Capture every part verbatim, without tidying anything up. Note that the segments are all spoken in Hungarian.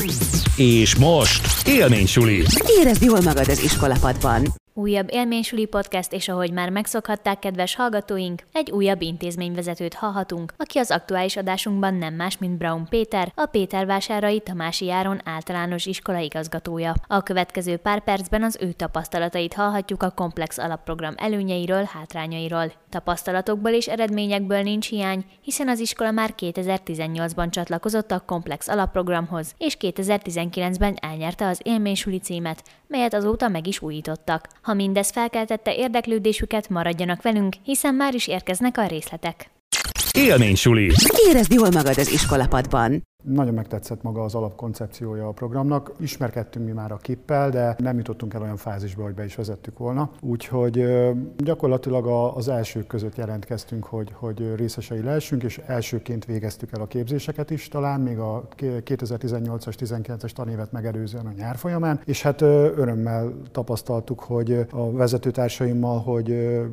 És most élménysuli. Érezd jól magad az iskolapadban. Újabb élménysuli podcast, és ahogy már megszokhatták kedves hallgatóink, egy újabb intézményvezetőt hallhatunk, aki az aktuális adásunkban nem más, mint Braun Péter, a Pétervásárai Tamási Áron általános iskola igazgatója. A következő pár percben az ő tapasztalatait hallhatjuk a komplex alapprogram előnyeiről, hátrányairól. Tapasztalatokból és eredményekből nincs hiány, hiszen az iskola már kétezer-tizennyolcban csatlakozott a komplex alapprogramhoz, és kétezer-tizenkilencben elnyerte az élménysuli címet, melyet azóta meg is újítottak. Ha mindez felkeltette érdeklődésüket, maradjanak velünk, hiszen már is érkeznek a részletek. Élménysuli. Érezd jól magad az iskolapadban. Nagyon megtetszett maga az alapkoncepciója a programnak. Ismerkedtünk mi már a képpel, de nem jutottunk el olyan fázisba, hogy be is vezettük volna. Úgyhogy gyakorlatilag az elsők között jelentkeztünk, hogy, hogy részesei lehessünk, és elsőként végeztük el a képzéseket is, talán még a kétezer-tizennyolcas tizenkilences tanévet megelőzően a nyár folyamán, és hát örömmel tapasztaltuk, hogy a vezetőtársaimmal, hogy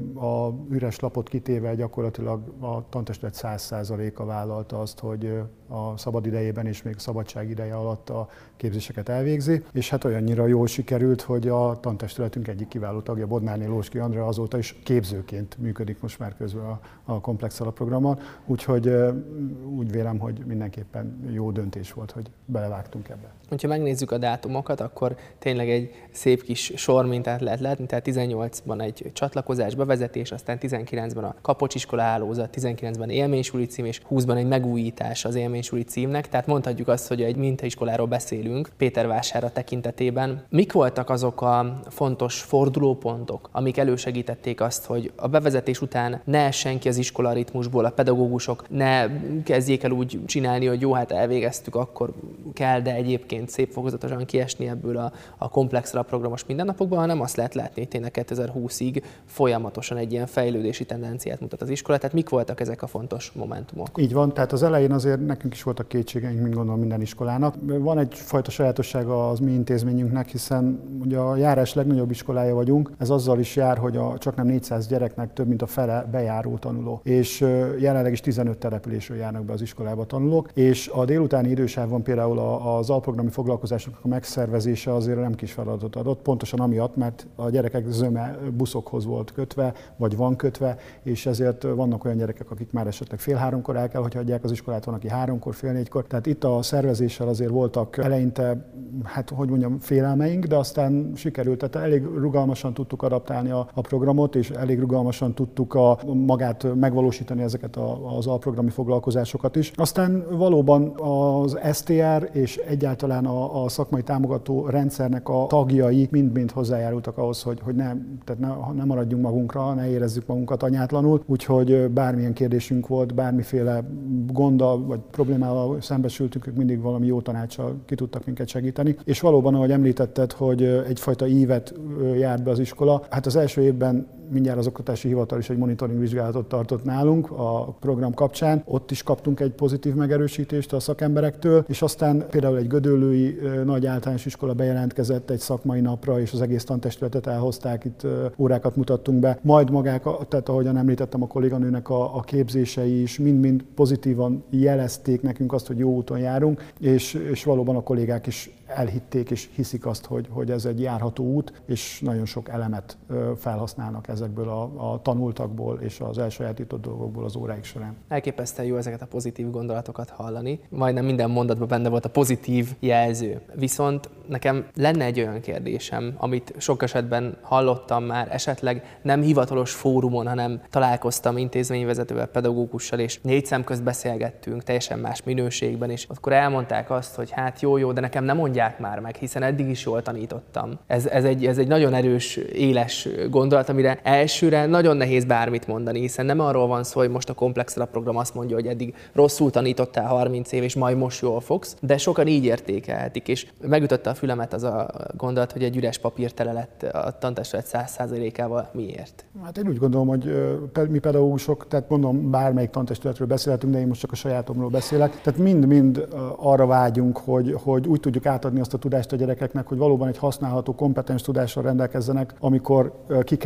a üres lapot kitéve gyakorlatilag a tantestület száz százaléka vállalta azt, hogy a szabad idejében és még szabadság ideje alatt a képzéseket elvégzi, és hát olyannyira jól sikerült, hogy a tantestületünk egyik kiváló tagja, Bodnárné Lóski Andrea azóta is képzőként működik most már közben a, a komplex alapprogramon, úgyhogy úgy vélem, hogy mindenképpen jó döntés volt, hogy belevágtunk ebbe. Ha megnézzük a dátumokat, akkor tényleg egy szép kis sormintát lehet látni, tehát tizennyolcban egy csatlakozás, bevezetés, aztán tizenkilencben a Kapocs iskola hálózat, tizenkilencben élménysuli cím, és húszban egy megújítás az élménysuli címnek, tehát mondhatjuk azt, hogy egy mintaiskoláról beszélünk Pétervására tekintetében. Mik voltak azok a fontos fordulópontok, amik elősegítették azt, hogy a bevezetés után ne essen ki az iskola ritmusból, a pedagógusok ne kezdjék el úgy csinálni, hogy jó, hát elvégeztük, akkor kell, de egyébként szép fokozatosan kiesni ebből a, a komplex alapprogramos mindennapokban, hanem azt lehet látni, hogy tényleg kétezer-húszig folyamatosan egy ilyen fejlődési tendenciát mutat az iskola. Tehát mik voltak ezek a fontos momentumok? Így van, tehát az elején azért nekünk is voltak kétségeink, mint gondolom minden iskolának. Van egyfajta sajátossága az mi intézményünknek, hiszen ugye a járás legnagyobb iskolája vagyunk. Ez azzal is jár, hogy a csaknem négyszáz gyereknek több mint a fele bejáró tanuló. És jelenleg is tizenöt településről járnak be az iskolába tanulók, és a délutáni idősávon például az alprogrami foglalkozásoknak a megszervezése azért nem kis feladatot adott, pontosan amiatt, mert a gyerekek zöme buszokhoz volt kötve, vagy van kötve, és ezért vannak olyan gyerekek, akik már esetleg fél háromkor el kell, hogy hagyják az iskolát, van, aki háromkor, fél négykor. Tehát itt a szervezéssel azért voltak eleinte, hát hogy mondjam, félelmeink, de aztán sikerült, tehát elég rugalmasan tudtuk adaptálni a, a programot, és elég rugalmasan tudtuk a, magát megvalósítani ezeket a, az alprogrami foglalkozásokat is. Aztán valóban az es té er és egyáltalán a, a szakmai támogató rendszernek a tagjai mind-mind hozzájárultak ahhoz, hogy, hogy ne, tehát ne, ne maradjunk magunkra, ne érezzük magunkat anyátlanul, úgyhogy bármilyen kérdésünk volt, bármiféle gonddal vagy problémával szembesültünk, ők mindig valami jó tanácssal ki tudtak minket segíteni. És valóban, ahogy említetted, hogy egyfajta ívet járt be az iskola, hát az első évben mindjárt az oktatási hivatal is egy monitoring vizsgálatot tartott nálunk a program kapcsán. Ott is kaptunk egy pozitív megerősítést a szakemberektől, és aztán például egy gödöllői nagy általános iskola bejelentkezett egy szakmai napra, és az egész tantestületet elhozták, itt órákat mutattunk be. Majd magák, tehát ahogyan említettem, a kolléganőnek a, a képzései is mind-mind pozitívan jelezték nekünk azt, hogy jó úton járunk, és, és valóban a kollégák is elhitték és hiszik azt, hogy, hogy ez egy járható út, és nagyon sok elemet felhasználnak ezekből a, a tanultakból és az elsajátított dolgokból az óráik során. Elképesztően jó ezeket a pozitív gondolatokat hallani. Majdnem minden mondatban benne volt a pozitív jelző. Viszont nekem lenne egy olyan kérdésem, amit sok esetben hallottam már, esetleg nem hivatalos fórumon, hanem találkoztam intézményvezetővel, pedagógussal, és négy szem közt beszélgettünk, teljesen más minőségben, és akkor elmondták azt, hogy hát jó, jó, de nekem nem mondják már meg, hiszen eddig is jól tanítottam. Ez, ez, egy, ez egy nagyon erős, éles gondolat, amire elsőre nagyon nehéz bármit mondani, hiszen nem arról van szó, hogy most a komplex alapprogram azt mondja, hogy eddig rosszul tanítottál harminc év, és majd most jól fogsz, de sokan így értékelhetik, és megütötte a fülemet az a gondolat, hogy egy üres papír tele lett a tantestület száz százalékával. Miért? Hát én úgy gondolom, hogy mi pedagógusok, tehát mondom, bármelyik tantestületről beszélhetünk, de én most csak a sajátomról beszélek, tehát mind-mind arra vágyunk, hogy, hogy úgy tudjuk átadni azt a tudást a gyerekeknek, hogy valóban egy használható, kompetens tudással rendelkezzenek, amikor kikerülnek a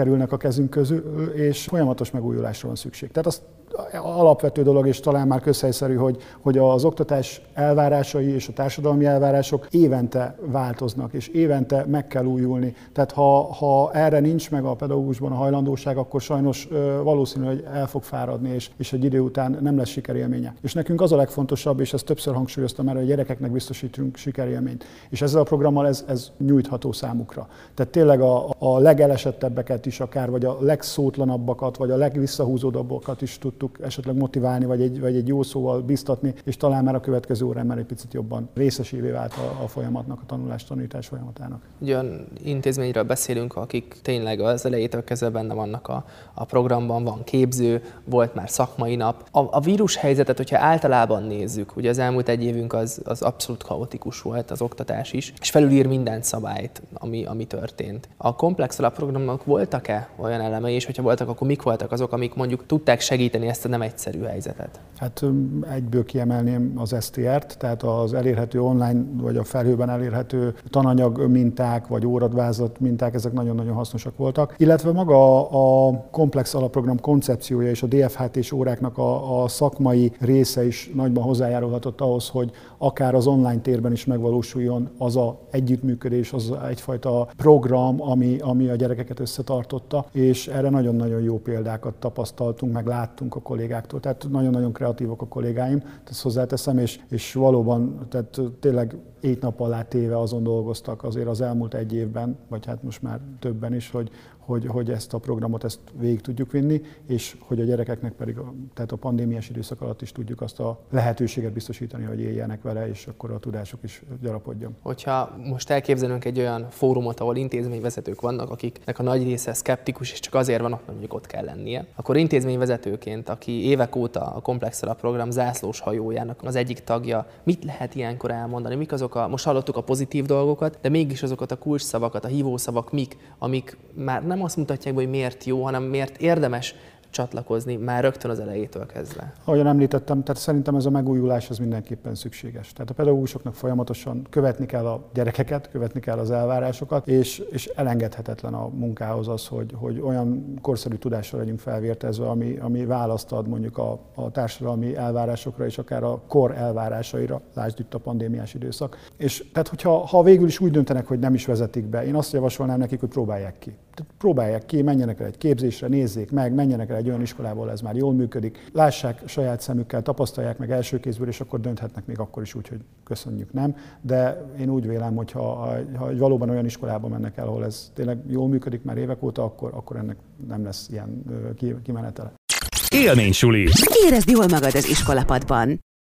kezünk közül, és folyamatos megújulásra van szükség. Tehát azt alapvető dolog, és talán már közhelyszerű, hogy, hogy az oktatás elvárásai és a társadalmi elvárások évente változnak, és évente meg kell újulni. Tehát ha, ha erre nincs meg a pedagógusban a hajlandóság, akkor sajnos valószínű, hogy el fog fáradni, és, és egy idő után nem lesz sikerélménye. És nekünk az a legfontosabb, és ezt többször hangsúlyoztam már, hogy a gyerekeknek biztosítunk sikerélményt. És ezzel a programmal ez, ez nyújtható számukra. Tehát tényleg a, a legelesettebbeket is akár, vagy a legszótlanabbakat, vagy a legvisszahúzódabbakat is tudtuk esetleg motiválni, vagy egy, vagy egy jó szóval biztatni, és talán már a következő órán már egy picit jobban részesévé vált a, a folyamatnak, a tanulás-tanítás folyamatának. Egy olyan intézményről beszélünk, akik tényleg az elejétől kezdve benne vannak a, a programban, van képző, volt már szakmai nap. A, a vírus helyzetet, hogyha általában nézzük, ugye az elmúlt egy évünk az, az abszolút kaotikus volt, az oktatás is, és felülír minden szabályt, ami, ami történt. A komplex alapprogramnak voltak-e olyan elemei, és hogyha voltak, akkor mik voltak azok, amik mondjuk tudták segíteni ezt a nem egyszerű helyzetet? Hát egyből kiemelném az es té er-t, tehát az elérhető online, vagy a felhőben elérhető tananyag minták, vagy óradvázlat minták, ezek nagyon-nagyon hasznosak voltak. Illetve maga a komplex alapprogram koncepciója és a dé ef há té-s óráknak a, a szakmai része is nagyban hozzájárulhatott ahhoz, hogy akár az online térben is megvalósuljon az a együttműködés, az egyfajta program, ami, ami a gyerekeket összetartotta, és erre nagyon-nagyon jó példákat tapasztaltunk, meg láttunk a kollégáktól. Tehát nagyon-nagyon kreatívak a kollégáim, ezt hozzáteszem, és, és valóban tehát tényleg egy nap alá téve azon dolgoztak azért az elmúlt egy évben, vagy hát most már többen is, hogy, hogy, hogy ezt a programot ezt végig tudjuk vinni, és hogy a gyerekeknek pedig a, tehát a pandémiás időszak alatt is tudjuk azt a lehetőséget biztosítani, hogy éljenek vele, és akkor a tudásuk is gyarapodjon. Hogyha most elképzelünk egy olyan fórumot, ahol intézményvezetők vannak, akiknek a nagy része szkeptikus, és csak azért van, hogy mondjuk ott kell lennie, akkor intézményvezetőként, aki évek óta a komplex alapprogram zászlós hajójának az egyik tagja, mit lehet ilyenkor elmondani? Mik azok a, most hallottuk a pozitív dolgokat, de mégis azokat a kulcsszavakat, a hívószavak mik, amik már nem azt mutatják, hogy miért jó, hanem miért érdemes csatlakozni már rögtön az elejétől kezdve. Ahogyan említettem, tehát szerintem ez a megújulás az mindenképpen szükséges. Tehát a pedagógusoknak folyamatosan követni kell a gyerekeket, követni kell az elvárásokat, és, és elengedhetetlen a munkához az, hogy, hogy olyan korszerű tudásra legyünk felvértezve, ami, ami választ ad mondjuk a, a társadalmi elvárásokra, és akár a kor elvárásaira, lásd itt a pandémiás időszak. És tehát, hogyha ha végül is úgy döntenek, hogy nem is vezetik be, én azt javasolnám nekik, hogy próbálják ki. Tehát próbálják ki, menjenek el egy képzésre, nézzék meg, menjenek el egy olyan iskolából, ez már jól működik, lássák saját szemükkel, tapasztalják meg első kézből, és akkor dönthetnek még akkor is úgy, hogy köszönjük, nem. De én úgy vélem, hogy ha, ha valóban olyan iskolába mennek el, ahol ez tényleg jól működik már évek óta, akkor, akkor ennek nem lesz ilyen kimenetele. Élménysuli. Érezd jól magad az iskolapadban.